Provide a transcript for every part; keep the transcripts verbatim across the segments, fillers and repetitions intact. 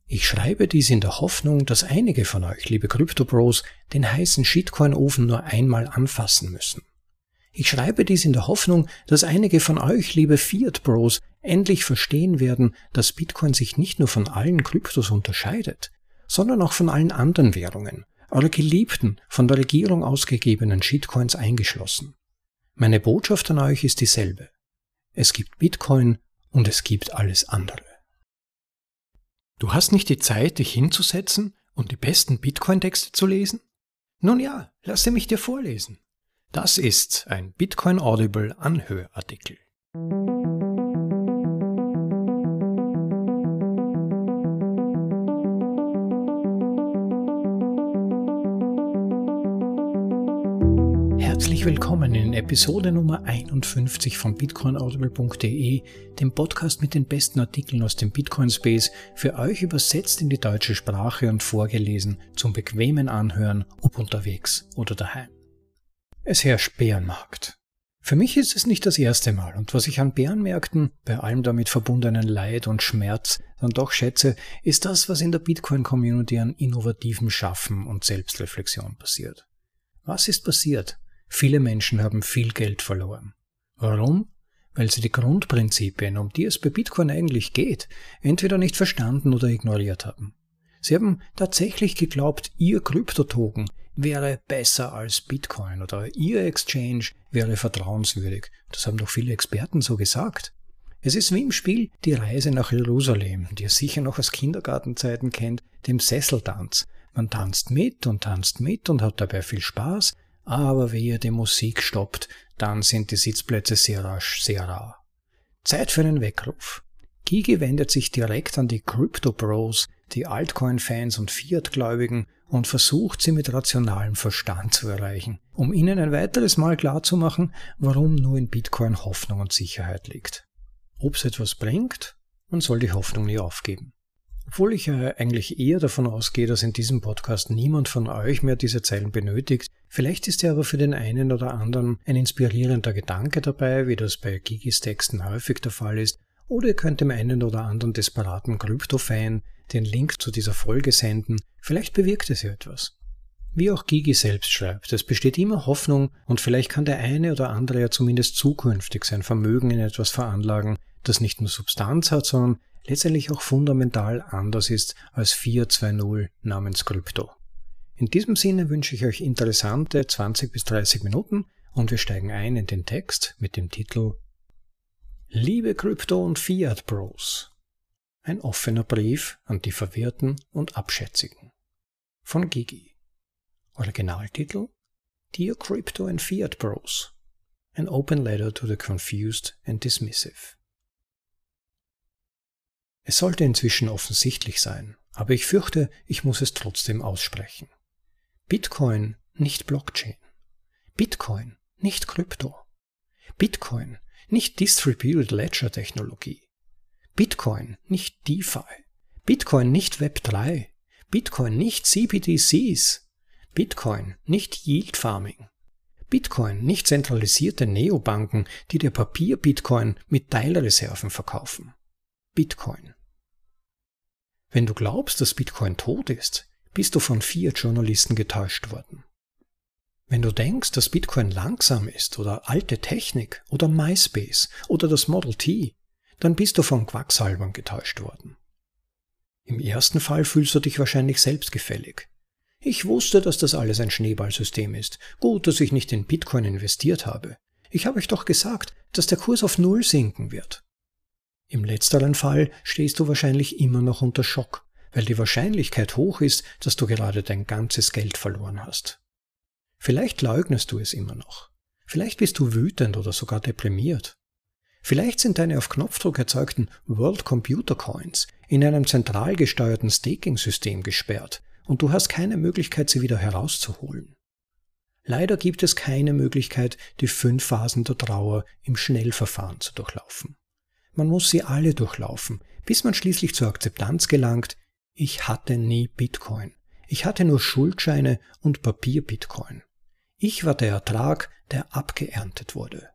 Ich schreibe dies in der Hoffnung, dass einige von euch, liebe Krypto-Bros, den heißen Shitcoin-Ofen nur einmal anfassen müssen. Ich schreibe dies in der Hoffnung, dass einige von euch, liebe Fiat-Bros, endlich verstehen werden, dass Bitcoin sich nicht nur von allen Kryptos unterscheidet, sondern auch von allen anderen Währungen, eure geliebten, von der Regierung ausgegebenen Shitcoins eingeschlossen. Meine Botschaft an euch ist dieselbe. Es gibt Bitcoin und es gibt alles andere. Du hast nicht die Zeit, dich hinzusetzen und die besten Bitcoin-Texte zu lesen? Nun ja, lasse mich dir vorlesen. Das ist ein Bitcoin Audible Anhörartikel. Herzlich willkommen in Episode Nummer einundfünfzig von bitcoin audible punkt de, dem Podcast mit den besten Artikeln aus dem Bitcoin-Space, für euch übersetzt in die deutsche Sprache und vorgelesen zum bequemen Anhören, ob unterwegs oder daheim. Es herrscht Bärenmarkt. Für mich ist es nicht das erste Mal, und was ich an Bärenmärkten, bei allem damit verbundenen Leid und Schmerz, dann doch schätze, ist das, was in der Bitcoin-Community an innovativem Schaffen und Selbstreflexion passiert. Was ist passiert? Viele Menschen haben viel Geld verloren. Warum? Weil sie die Grundprinzipien, um die es bei Bitcoin eigentlich geht, entweder nicht verstanden oder ignoriert haben. Sie haben tatsächlich geglaubt, ihr Kryptotoken wäre besser als Bitcoin oder ihr Exchange wäre vertrauenswürdig. Das haben doch viele Experten so gesagt. Es ist wie im Spiel Die Reise nach Jerusalem, die ihr sicher noch aus Kindergartenzeiten kennt, dem Sesseltanz. Man tanzt mit und tanzt mit und hat dabei viel Spaß, aber wehe die Musik stoppt, dann sind die Sitzplätze sehr rasch sehr rar. Zeit für einen Weckruf. Gigi wendet sich direkt an die Crypto-Bros, die Altcoin-Fans und Fiat-Gläubigen, und versucht sie mit rationalem Verstand zu erreichen, um ihnen ein weiteres Mal klarzumachen, warum nur in Bitcoin Hoffnung und Sicherheit liegt. Ob es etwas bringt, man soll die Hoffnung nie aufgeben. Obwohl ich ja eigentlich eher davon ausgehe, dass in diesem Podcast niemand von euch mehr diese Zeilen benötigt, vielleicht ist ja aber für den einen oder anderen ein inspirierender Gedanke dabei, wie das bei Gigis Texten häufig der Fall ist, oder ihr könnt dem einen oder anderen desperaten Krypto-Fan den Link zu dieser Folge senden, vielleicht bewirkt es ja etwas. Wie auch Gigi selbst schreibt, es besteht immer Hoffnung und vielleicht kann der eine oder andere ja zumindest zukünftig sein Vermögen in etwas veranlagen, das nicht nur Substanz hat, sondern letztendlich auch fundamental anders ist als vier zwei null namens Krypto. In diesem Sinne wünsche ich euch interessante zwanzig bis dreißig Minuten und wir steigen ein in den Text mit dem Titel Liebe Krypto- und Fiat-Bros. Ein offener Brief an die Verwirrten und Abschätzigen. Von Gigi. Originaltitel Dear Crypto and Fiat Bros. An open letter to the confused and dismissive. Es sollte inzwischen offensichtlich sein, aber ich fürchte, ich muss es trotzdem aussprechen. Bitcoin, nicht Blockchain. Bitcoin, nicht Krypto. Bitcoin, nicht Distributed Ledger Technologie. Bitcoin, nicht DeFi. Bitcoin, nicht Web drei. Bitcoin, nicht C B D Cs. Bitcoin, nicht Yield Farming. Bitcoin, nicht zentralisierte Neobanken, die dir Papier-Bitcoin mit Teilreserven verkaufen. Bitcoin. Wenn du glaubst, dass Bitcoin tot ist, bist du von Fiat-Journalisten getäuscht worden. Wenn du denkst, dass Bitcoin langsam ist oder alte Technik oder MySpace oder das Model T, dann bist du von Quacksalbern getäuscht worden. Im ersten Fall fühlst du dich wahrscheinlich selbstgefällig. Ich wusste, dass das alles ein Schneeballsystem ist. Gut, dass ich nicht in Bitcoin investiert habe. Ich habe euch doch gesagt, dass der Kurs auf Null sinken wird. Im letzteren Fall stehst du wahrscheinlich immer noch unter Schock, weil die Wahrscheinlichkeit hoch ist, dass du gerade dein ganzes Geld verloren hast. Vielleicht leugnest du es immer noch. Vielleicht bist du wütend oder sogar deprimiert. Vielleicht sind deine auf Knopfdruck erzeugten World Computer Coins in einem zentral gesteuerten Staking-System gesperrt und du hast keine Möglichkeit, sie wieder herauszuholen. Leider gibt es keine Möglichkeit, die fünf Phasen der Trauer im Schnellverfahren zu durchlaufen. Man muss sie alle durchlaufen, bis man schließlich zur Akzeptanz gelangt, ich hatte nie Bitcoin. Ich hatte nur Schuldscheine und Papier-Bitcoin. Ich war der Ertrag, der abgeerntet wurde.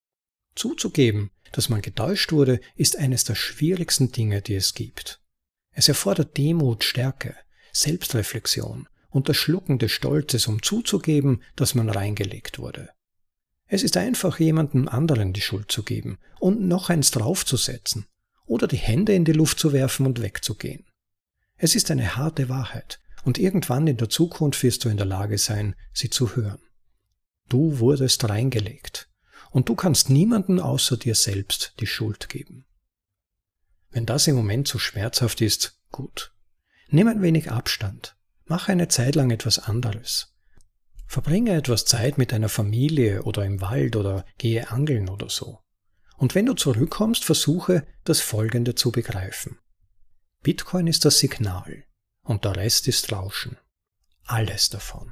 Zuzugeben, dass man getäuscht wurde, ist eines der schwierigsten Dinge, die es gibt. Es erfordert Demut, Stärke, Selbstreflexion und das Schlucken des Stolzes, um zuzugeben, dass man reingelegt wurde. Es ist einfach, jemandem anderen die Schuld zu geben und noch eins draufzusetzen oder die Hände in die Luft zu werfen und wegzugehen. Es ist eine harte Wahrheit und irgendwann in der Zukunft wirst du in der Lage sein, sie zu hören. Du wurdest reingelegt und du kannst niemandem außer dir selbst die Schuld geben. Wenn das im Moment zu schmerzhaft ist, gut. Nimm ein wenig Abstand. Mach eine Zeit lang etwas anderes. Verbringe etwas Zeit mit deiner Familie oder im Wald oder gehe angeln oder so. Und wenn du zurückkommst, versuche, das Folgende zu begreifen. Bitcoin ist das Signal und der Rest ist Rauschen. Alles davon.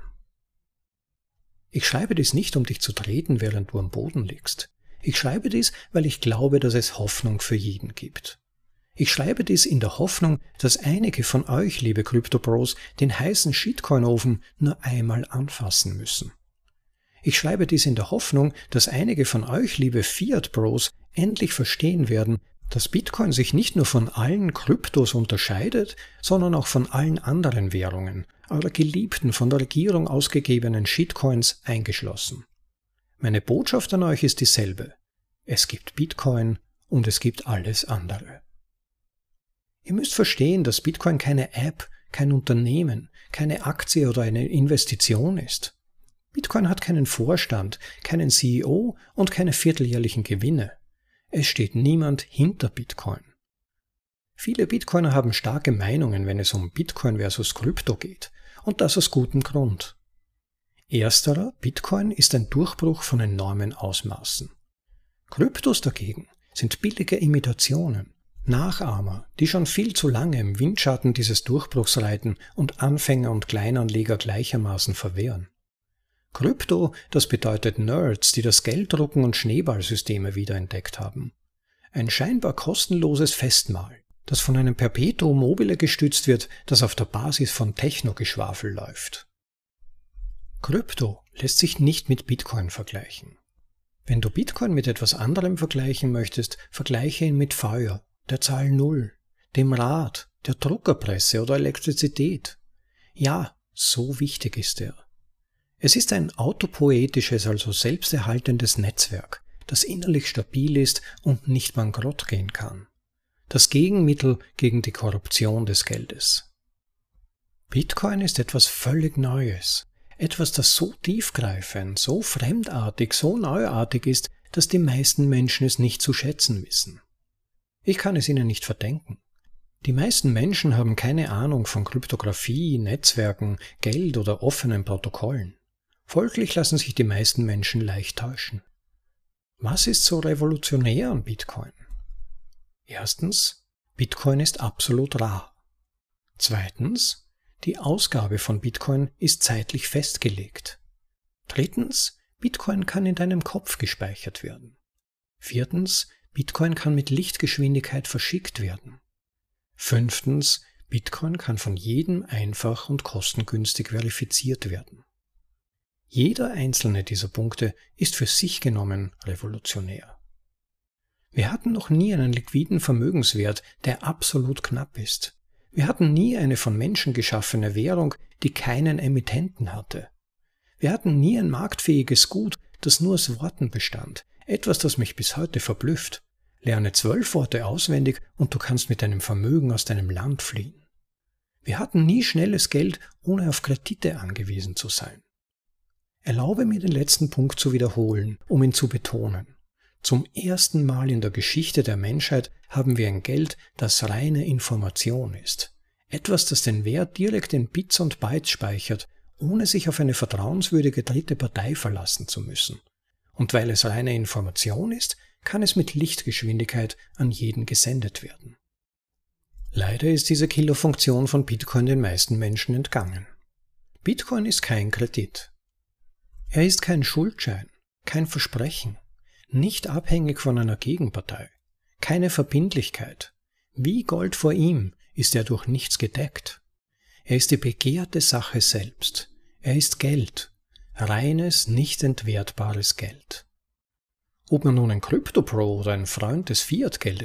Ich schreibe dies nicht, um dich zu treten, während du am Boden liegst. Ich schreibe dies, weil ich glaube, dass es Hoffnung für jeden gibt. Ich schreibe dies in der Hoffnung, dass einige von euch, liebe Crypto-Bros, den heißen Shitcoin-Ofen nur einmal anfassen müssen. Ich schreibe dies in der Hoffnung, dass einige von euch, liebe Fiat-Bros, endlich verstehen werden, dass Bitcoin sich nicht nur von allen Kryptos unterscheidet, sondern auch von allen anderen Währungen, eurer geliebten, von der Regierung ausgegebenen Shitcoins eingeschlossen. Meine Botschaft an euch ist dieselbe. Es gibt Bitcoin und es gibt alles andere. Ihr müsst verstehen, dass Bitcoin keine App, kein Unternehmen, keine Aktie oder eine Investition ist. Bitcoin hat keinen Vorstand, keinen C E O und keine vierteljährlichen Gewinne. Es steht niemand hinter Bitcoin. Viele Bitcoiner haben starke Meinungen, wenn es um Bitcoin versus Krypto geht, und das aus gutem Grund. Ersterer, Bitcoin, ist ein Durchbruch von enormen Ausmaßen. Kryptos dagegen sind billige Imitationen. Nachahmer, die schon viel zu lange im Windschatten dieses Durchbruchs reiten und Anfänger und Kleinanleger gleichermaßen verwehren. Krypto, das bedeutet Nerds, die das Gelddrucken und Schneeballsysteme wiederentdeckt haben. Ein scheinbar kostenloses Festmahl, das von einem Perpetuum mobile gestützt wird, das auf der Basis von Technogeschwafel läuft. Krypto lässt sich nicht mit Bitcoin vergleichen. Wenn du Bitcoin mit etwas anderem vergleichen möchtest, vergleiche ihn mit Feuer, der Zahl Null, dem Rad, der Druckerpresse oder Elektrizität. Ja, so wichtig ist er. Es ist ein autopoetisches, also selbsterhaltendes Netzwerk, das innerlich stabil ist und nicht bankrott gehen kann. Das Gegenmittel gegen die Korruption des Geldes. Bitcoin ist etwas völlig Neues, etwas, das so tiefgreifend, so fremdartig, so neuartig ist, dass die meisten Menschen es nicht zu schätzen wissen. Ich kann es ihnen nicht verdenken. Die meisten Menschen haben keine Ahnung von Kryptographie, Netzwerken, Geld oder offenen Protokollen. Folglich lassen sich die meisten Menschen leicht täuschen. Was ist so revolutionär an Bitcoin? Erstens, Bitcoin ist absolut rar. Zweitens, die Ausgabe von Bitcoin ist zeitlich festgelegt. Drittens, Bitcoin kann in deinem Kopf gespeichert werden. Viertens, Bitcoin kann mit Lichtgeschwindigkeit verschickt werden. Fünftens, Bitcoin kann von jedem einfach und kostengünstig verifiziert werden. Jeder einzelne dieser Punkte ist für sich genommen revolutionär. Wir hatten noch nie einen liquiden Vermögenswert, der absolut knapp ist. Wir hatten nie eine von Menschen geschaffene Währung, die keinen Emittenten hatte. Wir hatten nie ein marktfähiges Gut, das nur aus Worten bestand, etwas, das mich bis heute verblüfft. Lerne zwölf Worte auswendig und du kannst mit deinem Vermögen aus deinem Land fliehen. Wir hatten nie schnelles Geld, ohne auf Kredite angewiesen zu sein. Erlaube mir den letzten Punkt zu wiederholen, um ihn zu betonen. Zum ersten Mal in der Geschichte der Menschheit haben wir ein Geld, das reine Information ist. Etwas, das den Wert direkt in Bits und Bytes speichert, ohne sich auf eine vertrauenswürdige dritte Partei verlassen zu müssen. Und weil es reine Information ist, kann es mit Lichtgeschwindigkeit an jeden gesendet werden. Leider ist diese Killerfunktion von Bitcoin den meisten Menschen entgangen. Bitcoin ist kein Kredit. Er ist kein Schuldschein, kein Versprechen, nicht abhängig von einer Gegenpartei, keine Verbindlichkeit. Wie Gold vor ihm ist er durch nichts gedeckt. Er ist die begehrte Sache selbst. Er ist Geld, reines, nicht entwertbares Geld. Ob man nun ein Crypto-Pro oder ein Freund des Fiat-Geldes ist,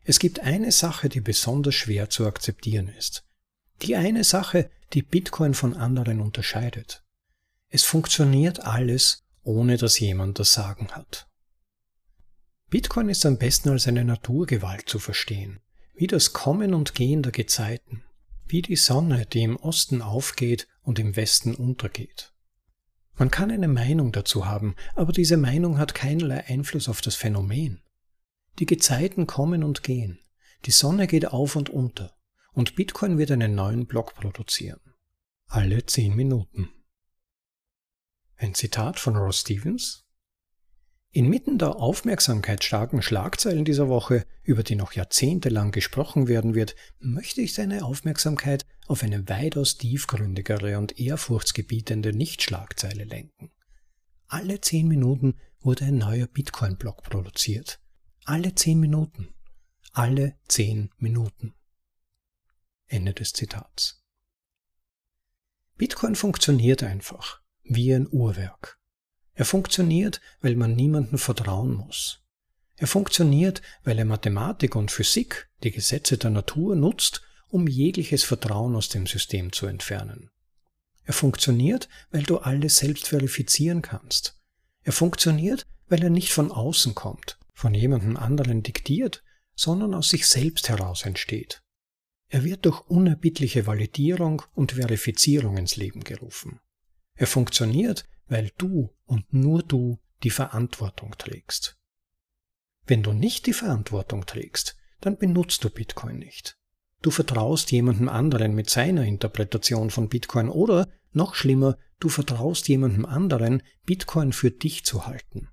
Es gibt eine Sache, die besonders schwer zu akzeptieren ist. Die eine Sache, die Bitcoin von anderen unterscheidet. Es funktioniert alles, ohne dass jemand das Sagen hat. Bitcoin ist am besten als eine Naturgewalt zu verstehen, wie das Kommen und Gehen der Gezeiten, wie die Sonne, die im Osten aufgeht und im Westen untergeht. Man kann eine Meinung dazu haben, aber diese Meinung hat keinerlei Einfluss auf das Phänomen. Die Gezeiten kommen und gehen, die Sonne geht auf und unter und Bitcoin wird einen neuen Block produzieren. Alle zehn Minuten. Ein Zitat von Ross Stevens: Inmitten der aufmerksamkeitsstarken Schlagzeilen dieser Woche, über die noch jahrzehntelang gesprochen werden wird, möchte ich seine Aufmerksamkeit auf eine weitaus tiefgründigere und ehrfurchtsgebietende Nicht-Schlagzeile lenken. Alle zehn Minuten wurde ein neuer Bitcoin-Block produziert. Alle zehn Minuten. Alle zehn Minuten. Ende des Zitats. Bitcoin funktioniert einfach, wie ein Uhrwerk. Er funktioniert, weil man niemandem vertrauen muss. Er funktioniert, weil er Mathematik und Physik, die Gesetze der Natur, nutzt, um jegliches Vertrauen aus dem System zu entfernen. Er funktioniert, weil du alles selbst verifizieren kannst. Er funktioniert, weil er nicht von außen kommt, von jemandem anderen diktiert, sondern aus sich selbst heraus entsteht. Er wird durch unerbittliche Validierung und Verifizierung ins Leben gerufen. Er funktioniert, weil du und nur du die Verantwortung trägst. Wenn du nicht die Verantwortung trägst, dann benutzt du Bitcoin nicht. Du vertraust jemandem anderen mit seiner Interpretation von Bitcoin oder, noch schlimmer, du vertraust jemandem anderen, Bitcoin für dich zu halten.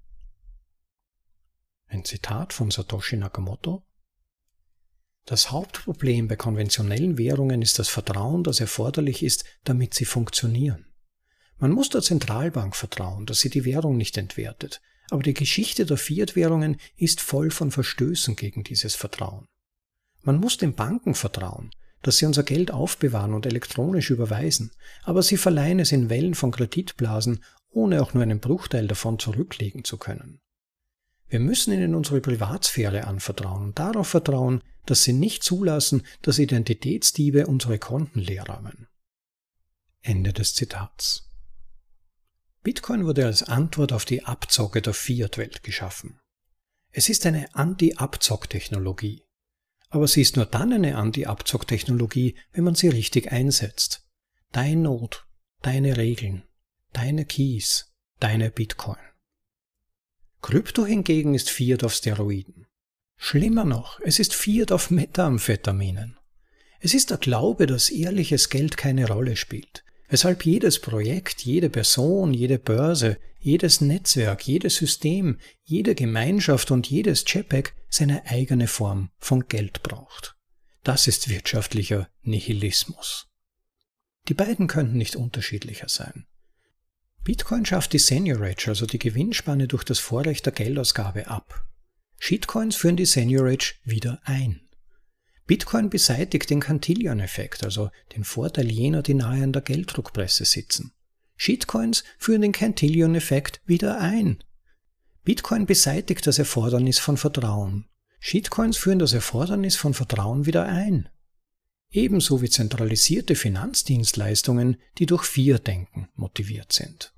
Ein Zitat von Satoshi Nakamoto: Das Hauptproblem bei konventionellen Währungen ist das Vertrauen, das erforderlich ist, damit sie funktionieren. Man muss der Zentralbank vertrauen, dass sie die Währung nicht entwertet, aber die Geschichte der Fiat-Währungen ist voll von Verstößen gegen dieses Vertrauen. Man muss den Banken vertrauen, dass sie unser Geld aufbewahren und elektronisch überweisen, aber sie verleihen es in Wellen von Kreditblasen, ohne auch nur einen Bruchteil davon zurücklegen zu können. Wir müssen ihnen unsere Privatsphäre anvertrauen und darauf vertrauen, dass sie nicht zulassen, dass Identitätsdiebe unsere Konten leerräumen. Ende des Zitats. Bitcoin wurde als Antwort auf die Abzocke der Fiat-Welt geschaffen. Es ist eine Anti-Abzock-Technologie. Aber sie ist nur dann eine Anti-Abzock-Technologie, wenn man sie richtig einsetzt. Dein Node, deine Regeln, deine Keys, deine Bitcoin. Krypto hingegen ist Fiat auf Steroiden. Schlimmer noch, es ist Fiat auf Methamphetaminen. Es ist der Glaube, dass ehrliches Geld keine Rolle spielt, weshalb jedes Projekt, jede Person, jede Börse, jedes Netzwerk, jedes System, jede Gemeinschaft und jedes JPEG seine eigene Form von Geld braucht. Das ist wirtschaftlicher Nihilismus. Die beiden könnten nicht unterschiedlicher sein. Bitcoin schafft die Seigniorage, also die Gewinnspanne durch das Vorrecht der Geldausgabe, ab. Shitcoins führen die Seigniorage wieder ein. Bitcoin beseitigt den Cantillon-Effekt, also den Vorteil jener, die nahe an der Gelddruckpresse sitzen. Shitcoins führen den Cantillon-Effekt wieder ein. Bitcoin beseitigt das Erfordernis von Vertrauen. Shitcoins führen das Erfordernis von Vertrauen wieder ein. Ebenso wie zentralisierte Finanzdienstleistungen, die durch Fiat-Denken motiviert sind.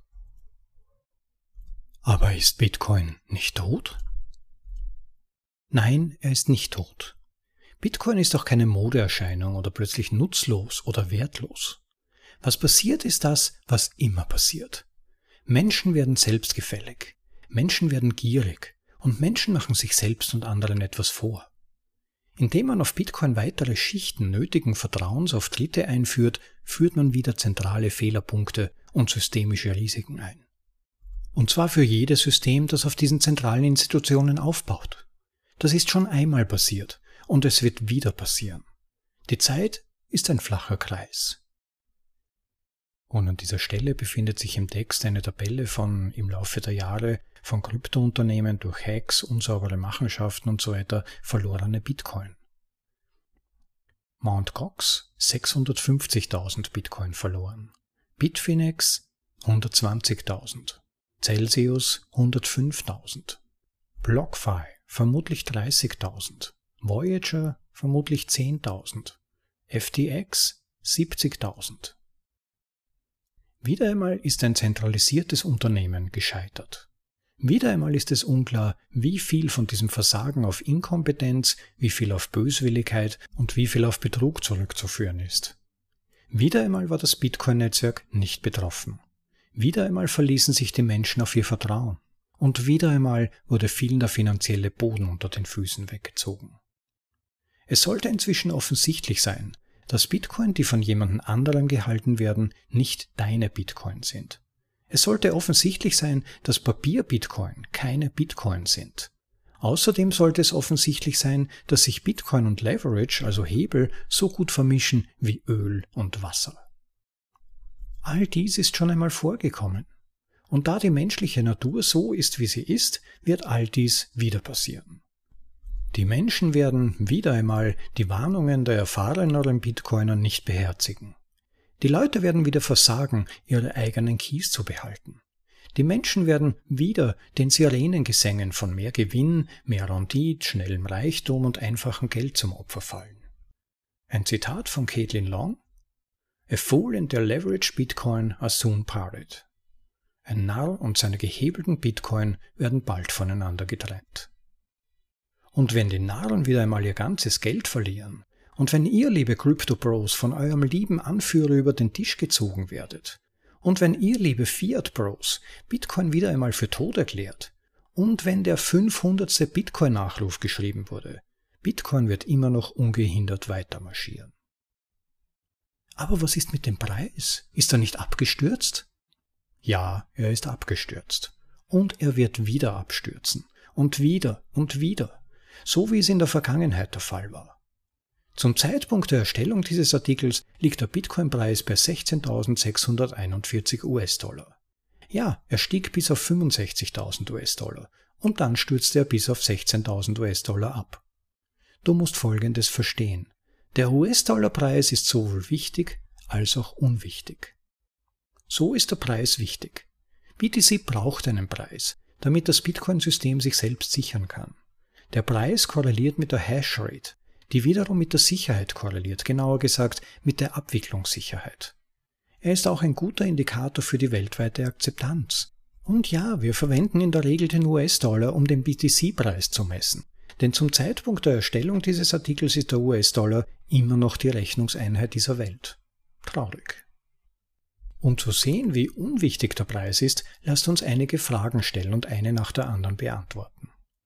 Aber ist Bitcoin nicht tot? Nein, er ist nicht tot. Bitcoin ist auch keine Modeerscheinung oder plötzlich nutzlos oder wertlos. Was passiert, ist das, was immer passiert. Menschen werden selbstgefällig, Menschen werden gierig und Menschen machen sich selbst und anderen etwas vor. Indem man auf Bitcoin weitere Schichten nötigen Vertrauens auf Dritte einführt, führt man wieder zentrale Fehlerpunkte und systemische Risiken ein. Und zwar für jedes System, das auf diesen zentralen Institutionen aufbaut. Das ist schon einmal passiert. Und es wird wieder passieren. Die Zeit ist ein flacher Kreis. Und an dieser Stelle befindet sich im Text eine Tabelle von im Laufe der Jahre von Kryptounternehmen durch Hacks, unsaubere Machenschaften und so weiter verlorene Bitcoin. Mt. Gox sechshundertfünfzigtausend Bitcoin verloren, Bitfinex hundertzwanzigtausend, Celsius hundertfünftausend, BlockFi vermutlich dreißigtausend. Voyager vermutlich zehntausend, F T X siebzigtausend. Wieder einmal ist ein zentralisiertes Unternehmen gescheitert. Wieder einmal ist es unklar, wie viel von diesem Versagen auf Inkompetenz, wie viel auf Böswilligkeit und wie viel auf Betrug zurückzuführen ist. Wieder einmal war das Bitcoin-Netzwerk nicht betroffen. Wieder einmal verließen sich die Menschen auf ihr Vertrauen. Und wieder einmal wurde vielen der finanzielle Boden unter den Füßen weggezogen. Es sollte inzwischen offensichtlich sein, dass Bitcoin, die von jemandem anderen gehalten werden, nicht deine Bitcoin sind. Es sollte offensichtlich sein, dass Papier-Bitcoin keine Bitcoin sind. Außerdem sollte es offensichtlich sein, dass sich Bitcoin und Leverage, also Hebel, so gut vermischen wie Öl und Wasser. All dies ist schon einmal vorgekommen. Und da die menschliche Natur so ist, wie sie ist, wird all dies wieder passieren. Die Menschen werden wieder einmal die Warnungen der erfahreneren Bitcoiner nicht beherzigen. Die Leute werden wieder versagen, ihre eigenen Keys zu behalten. Die Menschen werden wieder den Sirenengesängen von mehr Gewinn, mehr Rendite, schnellem Reichtum und einfachem Geld zum Opfer fallen. Ein Zitat von Caitlin Long: A fool and their leveraged Bitcoin are soon parted. Ein Narr und seine gehebelten Bitcoin werden bald voneinander getrennt. Und wenn die Narren wieder einmal ihr ganzes Geld verlieren, und wenn ihr, liebe Crypto-Bros, von eurem lieben Anführer über den Tisch gezogen werdet, und wenn ihr, liebe Fiat-Bros, Bitcoin wieder einmal für tot erklärt, und wenn der fünfhundertste Bitcoin-Nachruf geschrieben wurde, Bitcoin wird immer noch ungehindert weiter marschieren. Aber was ist mit dem Preis? Ist er nicht abgestürzt? Ja, er ist abgestürzt. Und er wird wieder abstürzen. Und wieder und wieder. So wie es in der Vergangenheit der Fall war. Zum Zeitpunkt der Erstellung dieses Artikels liegt der Bitcoin-Preis bei sechzehntausendsechshunderteinundvierzig US-Dollar. Ja, er stieg bis auf fünfundsechzigtausend US-Dollar und dann stürzte er bis auf sechzehntausend US-Dollar ab. Du musst Folgendes verstehen. Der U S-Dollar-Preis ist sowohl wichtig als auch unwichtig. So ist der Preis wichtig. B T C braucht einen Preis, damit das Bitcoin-System sich selbst sichern kann. Der Preis korreliert mit der Hashrate, die wiederum mit der Sicherheit korreliert, genauer gesagt mit der Abwicklungssicherheit. Er ist auch ein guter Indikator für die weltweite Akzeptanz. Und ja, wir verwenden in der Regel den U S-Dollar, um den B T C-Preis zu messen. Denn zum Zeitpunkt der Erstellung dieses Artikels ist der U S-Dollar immer noch die Rechnungseinheit dieser Welt. Traurig. Um zu sehen, wie unwichtig der Preis ist, lasst uns einige Fragen stellen und eine nach der anderen beantworten.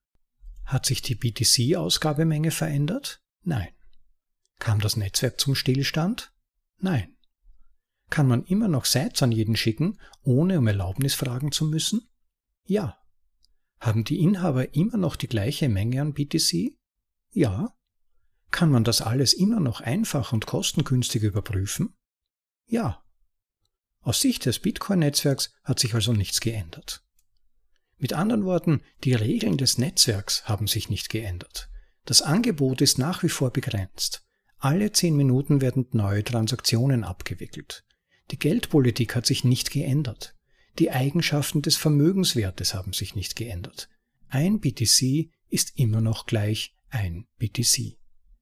Hat sich die B T C-Ausgabemenge verändert? Nein. Kam das Netzwerk zum Stillstand? Nein. Kann man immer noch Sites an jeden schicken, ohne um Erlaubnis fragen zu müssen? Ja. Haben die Inhaber immer noch die gleiche Menge an B T C? Ja. Kann man das alles immer noch einfach und kostengünstig überprüfen? Ja. Aus Sicht des Bitcoin-Netzwerks hat sich also nichts geändert. Mit anderen Worten, die Regeln des Netzwerks haben sich nicht geändert. Das Angebot ist nach wie vor begrenzt. Alle zehn Minuten werden neue Transaktionen abgewickelt. Die Geldpolitik hat sich nicht geändert. Die Eigenschaften des Vermögenswertes haben sich nicht geändert. Ein B T C ist immer noch gleich ein B T C.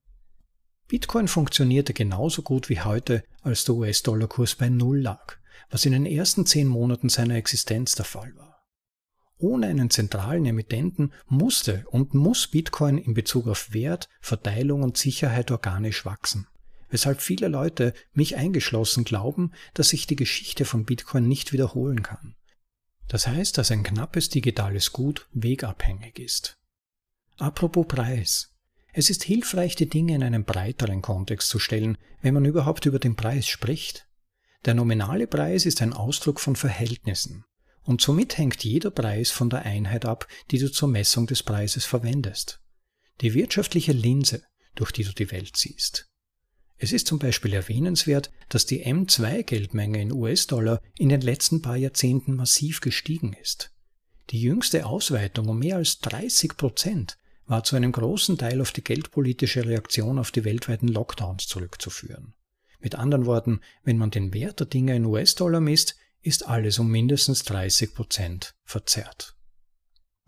Bitcoin funktionierte genauso gut wie heute, als der U S-Dollar-Kurs bei Null lag, was in den ersten zehn Monaten seiner Existenz der Fall war. Ohne einen zentralen Emittenten musste und muss Bitcoin in Bezug auf Wert, Verteilung und Sicherheit organisch wachsen, weshalb viele Leute, mich eingeschlossen, glauben, dass sich die Geschichte von Bitcoin nicht wiederholen kann. Das heißt, dass ein knappes digitales Gut wegabhängig ist. Apropos Preis. Es ist hilfreich, die Dinge in einen breiteren Kontext zu stellen, wenn man überhaupt über den Preis spricht. Der nominale Preis ist ein Ausdruck von Verhältnissen. Und somit hängt jeder Preis von der Einheit ab, die du zur Messung des Preises verwendest. Die wirtschaftliche Linse, durch die du die Welt siehst. Es ist zum Beispiel erwähnenswert, dass die M zwei Geldmenge in U S-Dollar in den letzten paar Jahrzehnten massiv gestiegen ist. Die jüngste Ausweitung um mehr als dreißig Prozent war zu einem großen Teil auf die geldpolitische Reaktion auf die weltweiten Lockdowns zurückzuführen. Mit anderen Worten, wenn man den Wert der Dinge in U S-Dollar misst, ist alles um mindestens dreißig Prozent verzerrt.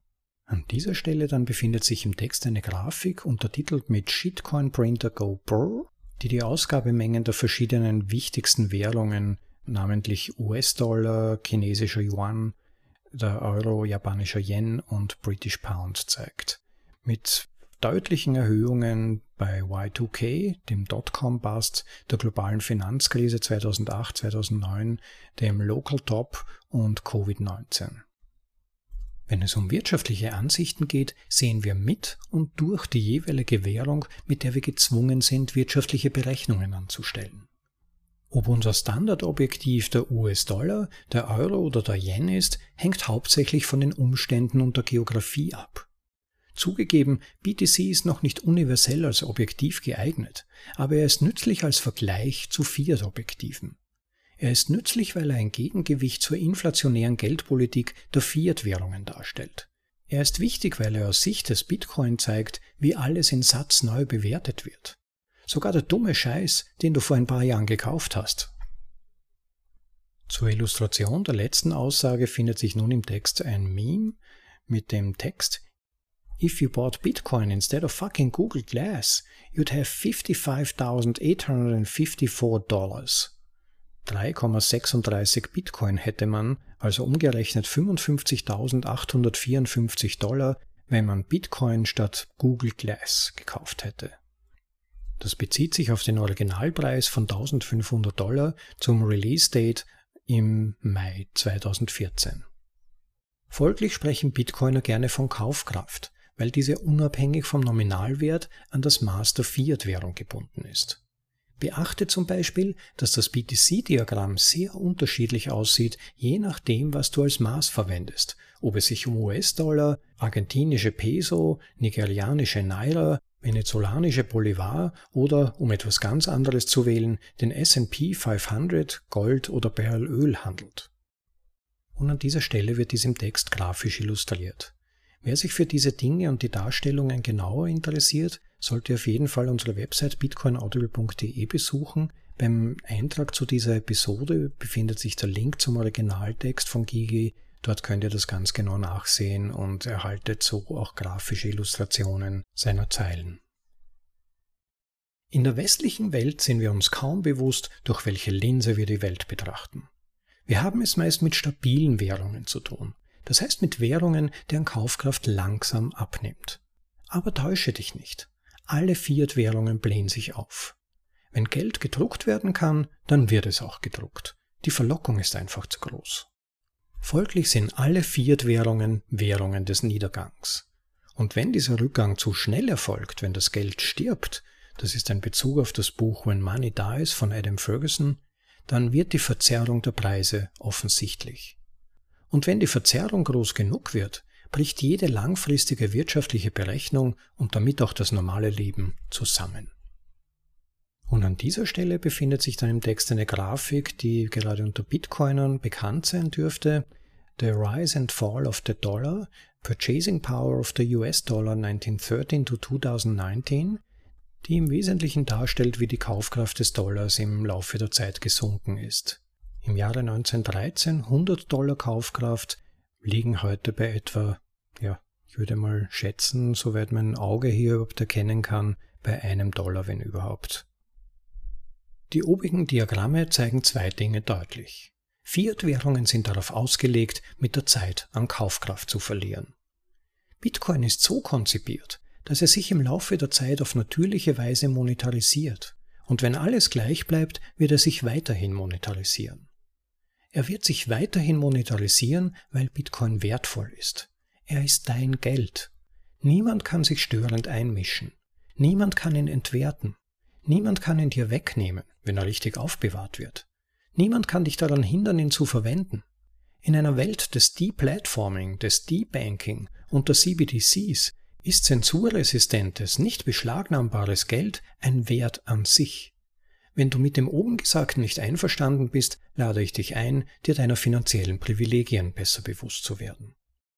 An dieser Stelle dann befindet sich im Text eine Grafik untertitelt mit Shitcoin Printer Go Brr, die die Ausgabemengen der verschiedenen wichtigsten Währungen, namentlich U S-Dollar, chinesischer Yuan, der Euro, japanischer Yen und British Pound zeigt. Mit deutlichen Erhöhungen bei Y zwei K, dem Dotcom-Bust, der globalen Finanzkrise zweitausendacht, zweitausendneun, dem Local Top und Covid neunzehn. Wenn es um wirtschaftliche Ansichten geht, sehen wir mit und durch die jeweilige Währung, mit der wir gezwungen sind, wirtschaftliche Berechnungen anzustellen. Ob unser Standardobjektiv der U S-Dollar, der Euro oder der Yen ist, hängt hauptsächlich von den Umständen und der Geografie ab. Zugegeben, B T C ist noch nicht universell als Objektiv geeignet, aber er ist nützlich als Vergleich zu Fiat-Objektiven. Er ist nützlich, weil er ein Gegengewicht zur inflationären Geldpolitik der Fiat-Währungen darstellt. Er ist wichtig, weil er aus Sicht des Bitcoin zeigt, wie alles in Satz neu bewertet wird. Sogar der dumme Scheiß, den du vor ein paar Jahren gekauft hast. Zur Illustration der letzten Aussage findet sich nun im Text ein Meme mit dem Text If you bought Bitcoin instead of fucking Google Glass, you'd have fifty-five thousand eight hundred fifty-four dollars. drei Komma sechsunddreißig Bitcoin hätte man, also umgerechnet fünfundfünfzigtausendachthundertvierundfünfzig Dollar, wenn man Bitcoin statt Google Glass gekauft hätte. Das bezieht sich auf den Originalpreis von eintausendfünfhundert Dollar zum Release-Date im Mai zweitausendvierzehn. Folglich sprechen Bitcoiner gerne von Kaufkraft, weil diese unabhängig vom Nominalwert an das Maß der Fiat-Währung gebunden ist. Beachte zum Beispiel, dass das B T C-Diagramm sehr unterschiedlich aussieht, je nachdem, was du als Maß verwendest, ob es sich um U S-Dollar, argentinische Peso, nigerianische Naira, venezolanische Bolivar oder, um etwas ganz anderes zu wählen, den S and P fünfhundert, Gold oder Barrelöl handelt. Und an dieser Stelle wird dies im Text grafisch illustriert. Wer sich für diese Dinge und die Darstellungen genauer interessiert, sollte auf jeden Fall unsere Website bitcoin audible punkt de besuchen. Beim Eintrag zu dieser Episode befindet sich der Link zum Originaltext von Gigi. Dort könnt ihr das ganz genau nachsehen und erhaltet so auch grafische Illustrationen seiner Zeilen. In der westlichen Welt sind wir uns kaum bewusst, durch welche Linse wir die Welt betrachten. Wir haben es meist mit stabilen Währungen zu tun. Das heißt mit Währungen, deren Kaufkraft langsam abnimmt. Aber täusche dich nicht. Alle Fiat-Währungen blähen sich auf. Wenn Geld gedruckt werden kann, dann wird es auch gedruckt. Die Verlockung ist einfach zu groß. Folglich sind alle Fiat-Währungen Währungen des Niedergangs. Und wenn dieser Rückgang zu schnell erfolgt, wenn das Geld stirbt, das ist ein Bezug auf das Buch When Money Dies von Adam Ferguson, dann wird die Verzerrung der Preise offensichtlich. Und wenn die Verzerrung groß genug wird, bricht jede langfristige wirtschaftliche Berechnung und damit auch das normale Leben zusammen. Und an dieser Stelle befindet sich dann im Text eine Grafik, die gerade unter Bitcoinern bekannt sein dürfte. The Rise and Fall of the Dollar, Purchasing Power of the U S Dollar nineteen thirteen to twenty nineteen, die im Wesentlichen darstellt, wie die Kaufkraft des Dollars im Laufe der Zeit gesunken ist. Im Jahre neunzehnhundertdreizehn hundert Dollar Kaufkraft, liegen heute bei etwa, ja, ich würde mal schätzen, soweit mein Auge hier überhaupt erkennen kann, bei einem Dollar, wenn überhaupt. Die obigen Diagramme zeigen zwei Dinge deutlich. Fiat-Währungen sind darauf ausgelegt, mit der Zeit an Kaufkraft zu verlieren. Bitcoin ist so konzipiert, dass er sich im Laufe der Zeit auf natürliche Weise monetarisiert. Und wenn alles gleich bleibt, wird er sich weiterhin monetarisieren. Er wird sich weiterhin monetarisieren, weil Bitcoin wertvoll ist. Er ist dein Geld. Niemand kann sich störend einmischen. Niemand kann ihn entwerten. Niemand kann ihn dir wegnehmen, wenn er richtig aufbewahrt wird. Niemand kann dich daran hindern, ihn zu verwenden. In einer Welt des Deplatforming, des Debanking und der C B D Cs ist zensurresistentes, nicht beschlagnahmbares Geld ein Wert an sich. Wenn du mit dem oben Gesagten nicht einverstanden bist, lade ich dich ein, dir deiner finanziellen Privilegien besser bewusst zu werden.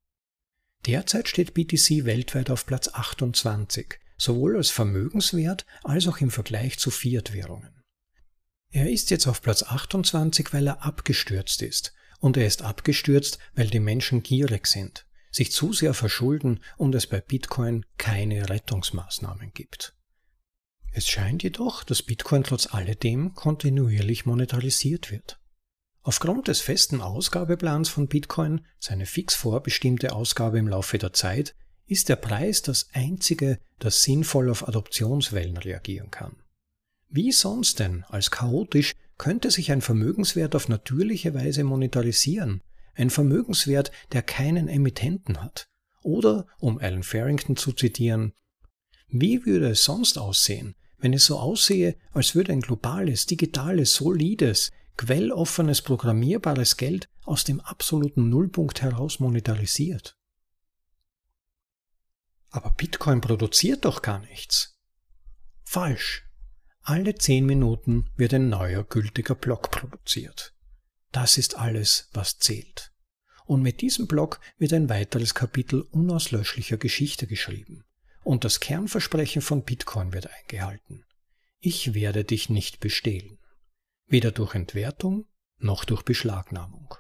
Derzeit steht B T C weltweit auf Platz achtundzwanzig, sowohl als Vermögenswert als auch im Vergleich zu Fiat-Währungen. Er ist jetzt auf Platz achtundzwanzig, weil er abgestürzt ist. Und er ist abgestürzt, weil die Menschen gierig sind. sich zu sehr verschulden und es bei Bitcoin keine Rettungsmaßnahmen gibt. Es scheint jedoch, dass Bitcoin trotz alledem kontinuierlich monetarisiert wird. Aufgrund des festen Ausgabeplans von Bitcoin, seine fix vorbestimmte Ausgabe im Laufe der Zeit, ist der Preis das einzige, das sinnvoll auf Adoptionswellen reagieren kann. Wie sonst denn, als chaotisch, könnte sich ein Vermögenswert auf natürliche Weise monetarisieren, ein Vermögenswert, der keinen Emittenten hat? Oder, um Alan Farrington zu zitieren, wie würde es sonst aussehen, wenn es so aussehe, als würde ein globales, digitales, solides, quelloffenes, programmierbares Geld aus dem absoluten Nullpunkt heraus monetarisiert? Aber Bitcoin produziert doch gar nichts. Falsch. Alle zehn Minuten wird ein neuer gültiger Block produziert. Das ist alles, was zählt. Und mit diesem Block wird ein weiteres Kapitel unauslöschlicher Geschichte geschrieben. Und das Kernversprechen von Bitcoin wird eingehalten. Ich werde dich nicht bestehlen. Weder durch Entwertung noch durch Beschlagnahmung.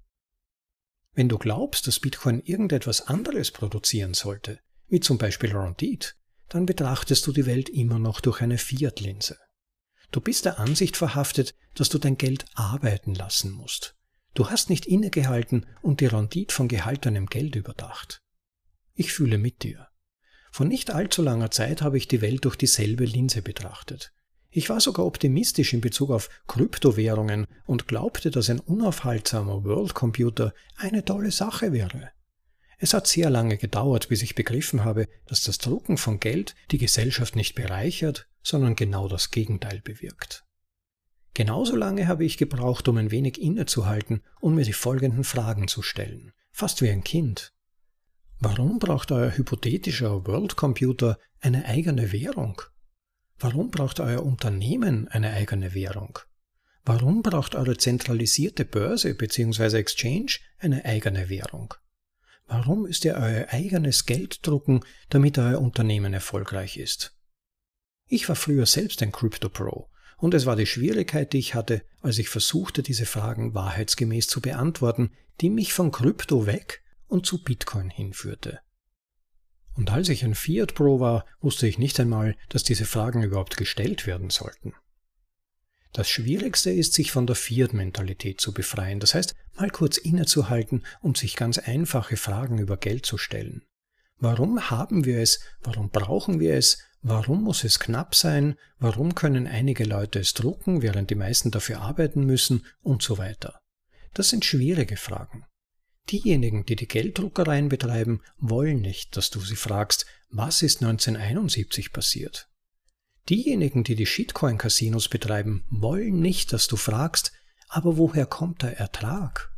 Wenn du glaubst, dass Bitcoin irgendetwas anderes produzieren sollte, wie zum Beispiel Rendite, dann betrachtest du die Welt immer noch durch eine Fiat-Linse. Du bist der Ansicht verhaftet, dass du dein Geld arbeiten lassen musst. Du hast nicht innegehalten und die Rendite von gehaltenem Geld überdacht. Ich fühle mit dir. Vor nicht allzu langer Zeit habe ich die Welt durch dieselbe Linse betrachtet. Ich war sogar optimistisch in Bezug auf Kryptowährungen und glaubte, dass ein unaufhaltsamer World Computer eine tolle Sache wäre. Es hat sehr lange gedauert, bis ich begriffen habe, dass das Drucken von Geld die Gesellschaft nicht bereichert, sondern genau das Gegenteil bewirkt. Genauso lange habe ich gebraucht, um ein wenig innezuhalten und mir die folgenden Fragen zu stellen, fast wie ein Kind. Warum braucht euer hypothetischer World Computer eine eigene Währung? Warum braucht euer Unternehmen eine eigene Währung? Warum braucht eure zentralisierte Börse bzw. Exchange eine eigene Währung? Warum müsst ihr euer eigenes Geld drucken, damit euer Unternehmen erfolgreich ist? Ich war früher selbst ein Crypto-Pro und es war die Schwierigkeit, die ich hatte, als ich versuchte, diese Fragen wahrheitsgemäß zu beantworten, die mich von Krypto weg und zu Bitcoin hinführte. Und als ich ein Fiat-Pro war, wusste ich nicht einmal, dass diese Fragen überhaupt gestellt werden sollten. Das Schwierigste ist, sich von der Fiat-Mentalität zu befreien, das heißt, mal kurz innezuhalten und sich ganz einfache Fragen über Geld zu stellen. Warum haben wir es? Warum brauchen wir es? Warum muss es knapp sein? Warum können einige Leute es drucken, während die meisten dafür arbeiten müssen? Und so weiter. Das sind schwierige Fragen. Diejenigen, die die Gelddruckereien betreiben, wollen nicht, dass du sie fragst, was ist neunzehnhunderteinundsiebzig passiert? Diejenigen, die die Shitcoin-Casinos betreiben, wollen nicht, dass du fragst, aber woher kommt der Ertrag?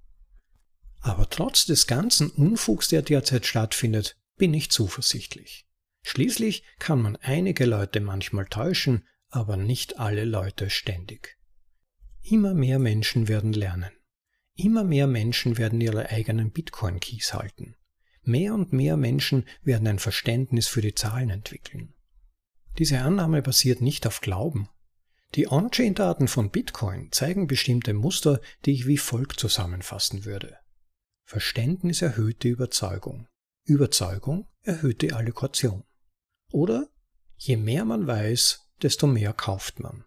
Aber trotz des ganzen Unfugs, der derzeit stattfindet, bin ich zuversichtlich. Schließlich kann man einige Leute manchmal täuschen, aber nicht alle Leute ständig. Immer mehr Menschen werden lernen. Immer mehr Menschen werden ihre eigenen Bitcoin-Keys halten. Mehr und mehr Menschen werden ein Verständnis für die Zahlen entwickeln. Diese Annahme basiert nicht auf Glauben. Die On-Chain-Daten von Bitcoin zeigen bestimmte Muster, die ich wie folgt zusammenfassen würde. Verständnis erhöht die Überzeugung. Überzeugung erhöht die Allokation. Oder je mehr man weiß, desto mehr kauft man.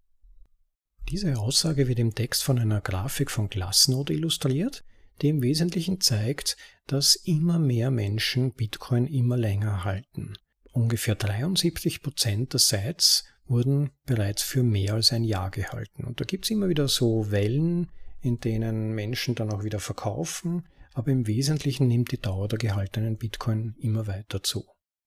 Diese Aussage wird im Text von einer Grafik von Glassnode illustriert, die im Wesentlichen zeigt, dass immer mehr Menschen Bitcoin immer länger halten. Ungefähr dreiundsiebzig Prozent der Sites wurden bereits für mehr als ein Jahr gehalten. Und da gibt es immer wieder so Wellen, in denen Menschen dann auch wieder verkaufen, aber im Wesentlichen nimmt die Dauer der gehaltenen Bitcoin immer weiter zu.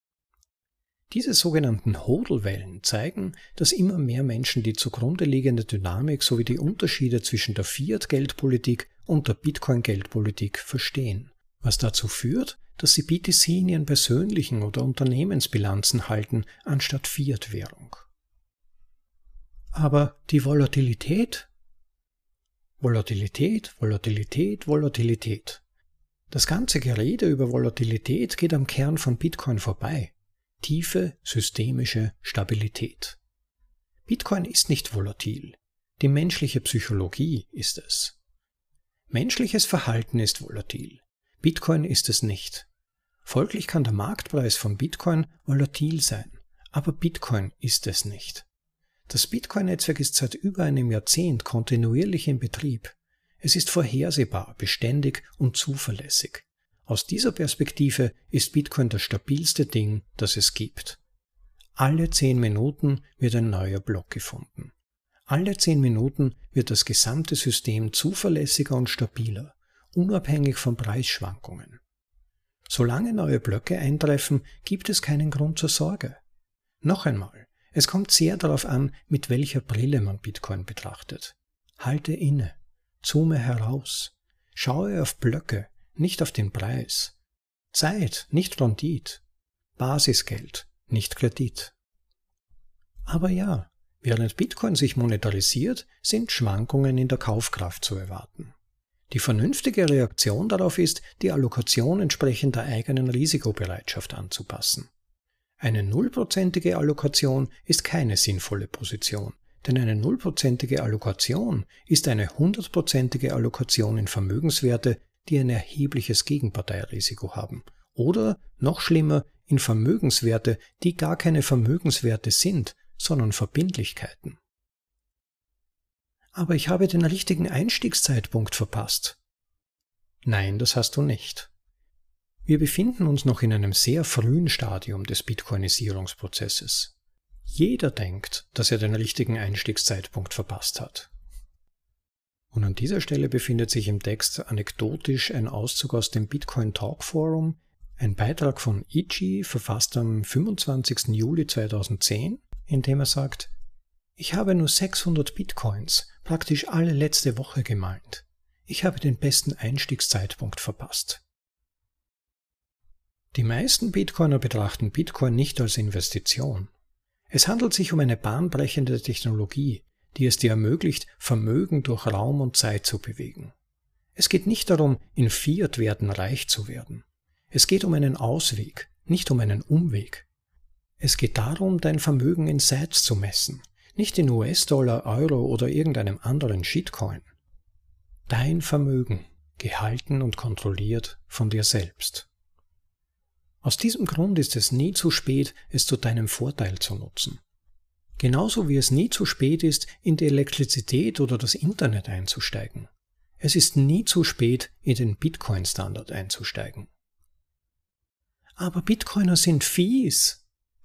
Diese sogenannten Hodl-Wellen zeigen, dass immer mehr Menschen die zugrunde liegende Dynamik sowie die Unterschiede zwischen der Fiat-Geldpolitik und der Bitcoin-Geldpolitik verstehen, was dazu führt, dass sie B T C in ihren persönlichen oder Unternehmensbilanzen halten, anstatt Fiat-Währung. Aber die Volatilität? Volatilität, Volatilität, Volatilität. Das ganze Gerede über Volatilität geht am Kern von Bitcoin vorbei. Tiefe systemische Stabilität. Bitcoin ist nicht volatil. Die menschliche Psychologie ist es. Menschliches Verhalten ist volatil. Bitcoin ist es nicht. Folglich kann der Marktpreis von Bitcoin volatil sein, aber Bitcoin ist es nicht. Das Bitcoin-Netzwerk ist seit über einem Jahrzehnt kontinuierlich in Betrieb. Es ist vorhersehbar, beständig und zuverlässig. Aus dieser Perspektive ist Bitcoin das stabilste Ding, das es gibt. Alle zehn Minuten wird ein neuer Block gefunden. Alle zehn Minuten wird das gesamte System zuverlässiger und stabiler, unabhängig von Preisschwankungen. Solange neue Blöcke eintreffen, gibt es keinen Grund zur Sorge. Noch einmal, es kommt sehr darauf an, mit welcher Brille man Bitcoin betrachtet. Halte inne, zoome heraus, schaue auf Blöcke, nicht auf den Preis. Zeit, nicht Rendite. Basisgeld, nicht Kredit. Aber ja, während Bitcoin sich monetarisiert, sind Schwankungen in der Kaufkraft zu erwarten. Die vernünftige Reaktion darauf ist, die Allokation entsprechend der eigenen Risikobereitschaft anzupassen. Eine nullprozentige Allokation ist keine sinnvolle Position, denn eine nullprozentige Allokation ist eine hundertprozentige Allokation in Vermögenswerte, die ein erhebliches Gegenparteirisiko haben. Oder, noch schlimmer, in Vermögenswerte, die gar keine Vermögenswerte sind, sondern Verbindlichkeiten. Aber ich habe den richtigen Einstiegszeitpunkt verpasst. Nein, das hast du nicht. Wir befinden uns noch in einem sehr frühen Stadium des Bitcoinisierungsprozesses. Jeder denkt, dass er den richtigen Einstiegszeitpunkt verpasst hat. Und an dieser Stelle befindet sich im Text anekdotisch ein Auszug aus dem Bitcoin Talk Forum, ein Beitrag von Ichi, verfasst am fünfundzwanzigsten Juli zweitausendzehn, in dem er sagt: Ich habe nur sechshundert Bitcoins, praktisch alle letzte Woche gemeint. Ich habe den besten Einstiegszeitpunkt verpasst. Die meisten Bitcoiner betrachten Bitcoin nicht als Investition. Es handelt sich um eine bahnbrechende Technologie, die es dir ermöglicht, Vermögen durch Raum und Zeit zu bewegen. Es geht nicht darum, in Fiat-Werten reich zu werden. Es geht um einen Ausweg, nicht um einen Umweg. Es geht darum, dein Vermögen in Sats zu messen, nicht in U S-Dollar, Euro oder irgendeinem anderen Shitcoin. Dein Vermögen, gehalten und kontrolliert von dir selbst. Aus diesem Grund ist es nie zu spät, es zu deinem Vorteil zu nutzen. Genauso wie es nie zu spät ist, in die Elektrizität oder das Internet einzusteigen. Es ist nie zu spät, in den Bitcoin-Standard einzusteigen. Aber Bitcoiner sind fies.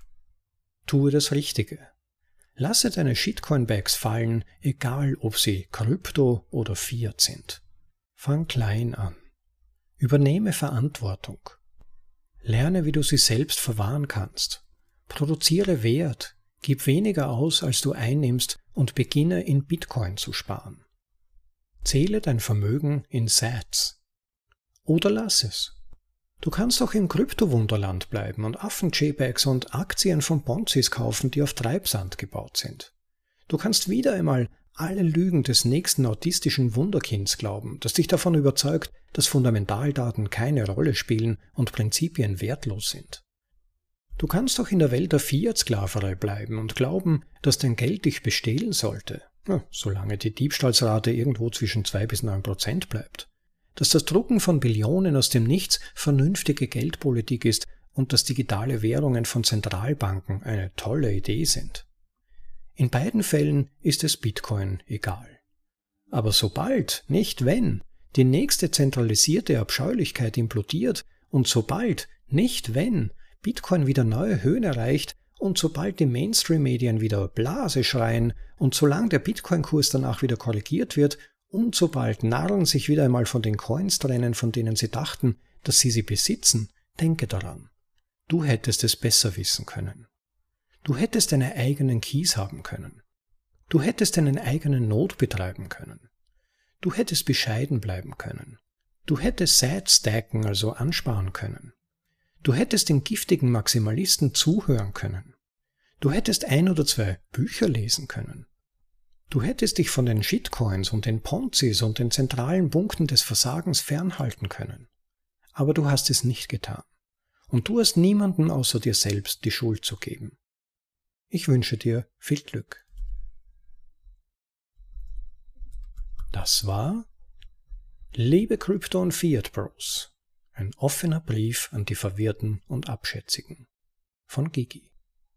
Tue das Richtige. Lasse deine Shitcoin-Bags fallen, egal ob sie Krypto oder Fiat sind. Fang klein an. Übernehme Verantwortung. Lerne, wie du sie selbst verwahren kannst. Produziere Wert. Gib weniger aus, als du einnimmst und beginne in Bitcoin zu sparen. Zähle dein Vermögen in Sats. Oder lass es. Du kannst auch im Kryptowunderland bleiben und Affen-J PEGs und Aktien von Ponzis kaufen, die auf Treibsand gebaut sind. Du kannst wieder einmal alle Lügen des nächsten autistischen Wunderkinds glauben, das dich davon überzeugt, dass Fundamentaldaten keine Rolle spielen und Prinzipien wertlos sind. Du kannst auch in der Welt der Fiat-Sklaverei bleiben und glauben, dass dein Geld dich bestehlen sollte, ja, solange die Diebstahlsrate irgendwo zwischen zwei bis neun Prozent bleibt. Dass das Drucken von Billionen aus dem Nichts vernünftige Geldpolitik ist und dass digitale Währungen von Zentralbanken eine tolle Idee sind. In beiden Fällen ist es Bitcoin egal. Aber sobald, nicht wenn, die nächste zentralisierte Abscheulichkeit implodiert und sobald, nicht wenn, Bitcoin wieder neue Höhen erreicht und sobald die Mainstream-Medien wieder Blase schreien und solange der Bitcoin-Kurs danach wieder korrigiert wird und sobald Narren sich wieder einmal von den Coins trennen, von denen sie dachten, dass sie sie besitzen, denke daran. Du hättest es besser wissen können. Du hättest deine eigenen Keys haben können. Du hättest deinen eigenen Node betreiben können. Du hättest bescheiden bleiben können. Du hättest Sats stacken, also ansparen können. Du hättest den giftigen Maximalisten zuhören können. Du hättest ein oder zwei Bücher lesen können. Du hättest dich von den Shitcoins und den Ponzis und den zentralen Punkten des Versagens fernhalten können. Aber du hast es nicht getan. Und du hast niemandem außer dir selbst die Schuld zu geben. Ich wünsche dir viel Glück. Das war Liebe Krypto und Fiat Bros, Ein offener Brief an die Verwirrten und Abschätzigen. Von Gigi.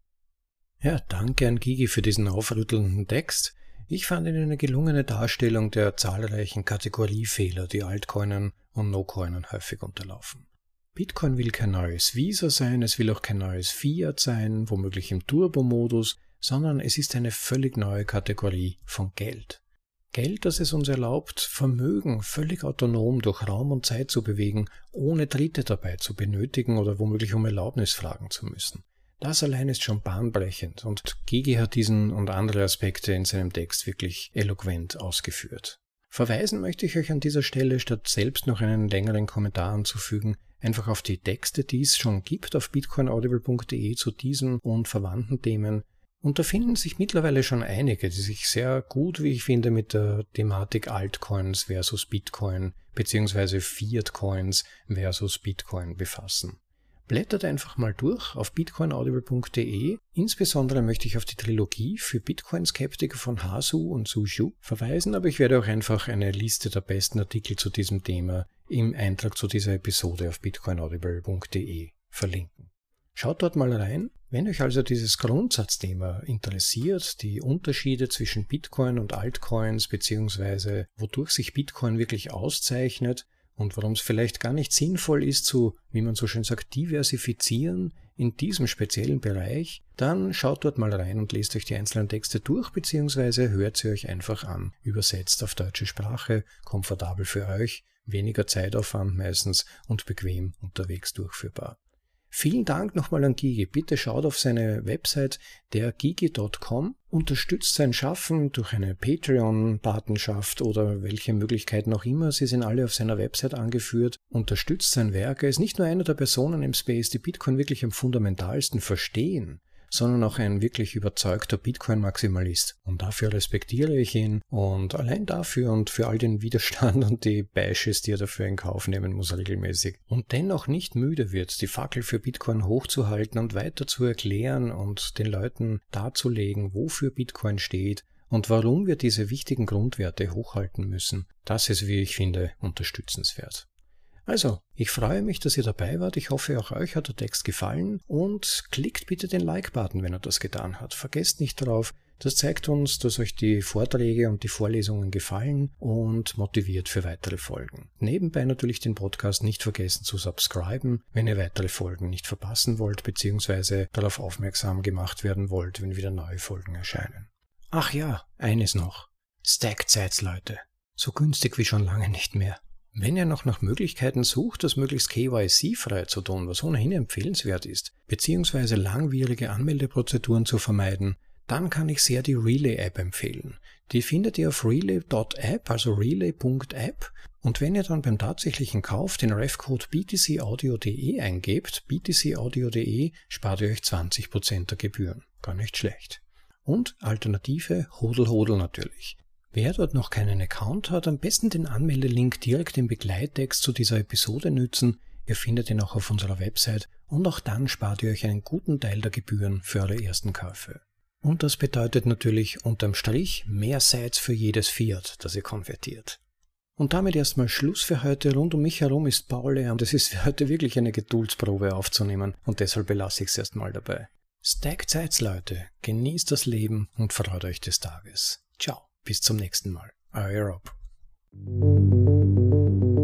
Ja, danke an Gigi für diesen aufrüttelnden Text. Ich fand ihn eine gelungene Darstellung der zahlreichen Kategoriefehler, die Altcoinen und No-Coinen häufig unterlaufen. Bitcoin will kein neues Visa sein, es will auch kein neues Fiat sein, womöglich im Turbo-Modus, sondern es ist eine völlig neue Kategorie von Geld. Geld, das es uns erlaubt, Vermögen völlig autonom durch Raum und Zeit zu bewegen, ohne Dritte dabei zu benötigen oder womöglich um Erlaubnis fragen zu müssen. Das allein ist schon bahnbrechend und Gigi hat diesen und andere Aspekte in seinem Text wirklich eloquent ausgeführt. Verweisen möchte ich euch an dieser Stelle, statt selbst noch einen längeren Kommentar anzufügen, einfach auf die Texte, die es schon gibt auf bitcoin audible punkt de zu diesen und verwandten Themen. Und da finden sich mittlerweile schon einige, die sich sehr gut, wie ich finde, mit der Thematik Altcoins versus Bitcoin bzw. Fiat-Coins versus Bitcoin befassen. Blättert einfach mal durch auf bitcoin audible punkt de. Insbesondere möchte ich auf die Trilogie für Bitcoin-Skeptiker von Hasu und Sushu verweisen, aber ich werde auch einfach eine Liste der besten Artikel zu diesem Thema im Eintrag zu dieser Episode auf bitcoin audible punkt de verlinken. Schaut dort mal rein. Wenn euch also dieses Grundsatzthema interessiert, die Unterschiede zwischen Bitcoin und Altcoins bzw. wodurch sich Bitcoin wirklich auszeichnet, und warum es vielleicht gar nicht sinnvoll ist zu, wie man so schön sagt, diversifizieren in diesem speziellen Bereich, dann schaut dort mal rein und lest euch die einzelnen Texte durch, beziehungsweise hört sie euch einfach an, übersetzt auf deutsche Sprache, komfortabel für euch, weniger Zeitaufwand meistens und bequem unterwegs durchführbar. Vielen Dank nochmal an Gigi. Bitte schaut auf seine Website der gigi punkt com, unterstützt sein Schaffen durch eine Patreon-Patenschaft oder welche Möglichkeiten auch immer. Sie sind alle auf seiner Website angeführt. Unterstützt sein Werk. Er ist nicht nur einer der Personen im Space, die Bitcoin wirklich am fundamentalsten verstehen, sondern auch ein wirklich überzeugter Bitcoin-Maximalist. Und dafür respektiere ich ihn. Und allein dafür und für all den Widerstand und die Bashes, die er dafür in Kauf nehmen muss regelmäßig. Und dennoch nicht müde wird, die Fackel für Bitcoin hochzuhalten und weiter zu erklären und den Leuten darzulegen, wofür Bitcoin steht und warum wir diese wichtigen Grundwerte hochhalten müssen. Das ist, wie ich finde, unterstützenswert. Also, ich freue mich, dass ihr dabei wart. Ich hoffe, auch euch hat der Text gefallen und klickt bitte den Like-Button, wenn er das getan hat. Vergesst nicht darauf. Das zeigt uns, dass euch die Vorträge und die Vorlesungen gefallen und motiviert für weitere Folgen. Nebenbei natürlich den Podcast nicht vergessen zu subscriben, wenn ihr weitere Folgen nicht verpassen wollt, beziehungsweise darauf aufmerksam gemacht werden wollt, wenn wieder neue Folgen erscheinen. Ach ja, eines noch. Stacked-Sites, Leute. So günstig wie schon lange nicht mehr. Wenn ihr noch nach Möglichkeiten sucht, das möglichst K Y C-frei zu tun, was ohnehin empfehlenswert ist, beziehungsweise langwierige Anmeldeprozeduren zu vermeiden, dann kann ich sehr die Relay-App empfehlen. Die findet ihr auf relay punkt app, also relay punkt app, und wenn ihr dann beim tatsächlichen Kauf den Refcode b t c audio punkt de eingebt, b t c audio punkt de, spart ihr euch zwanzig Prozent der Gebühren. Gar nicht schlecht. Und Alternative, Hodl Hodl natürlich. Wer dort noch keinen Account hat, am besten den Anmeldelink direkt im Begleittext zu dieser Episode nützen. Ihr findet ihn auch auf unserer Website und auch dann spart ihr euch einen guten Teil der Gebühren für eure ersten Käufe. Und das bedeutet natürlich unterm Strich mehr Sites für jedes Fiat, das ihr konvertiert. Und damit erstmal Schluss für heute. Rund um mich herum ist Paul leer und es ist für heute wirklich eine Geduldsprobe aufzunehmen und deshalb belasse ich es erstmal dabei. Stacked Sites, Leute, genießt das Leben und freut euch des Tages. Ciao. Bis zum nächsten Mal. Euer Rob.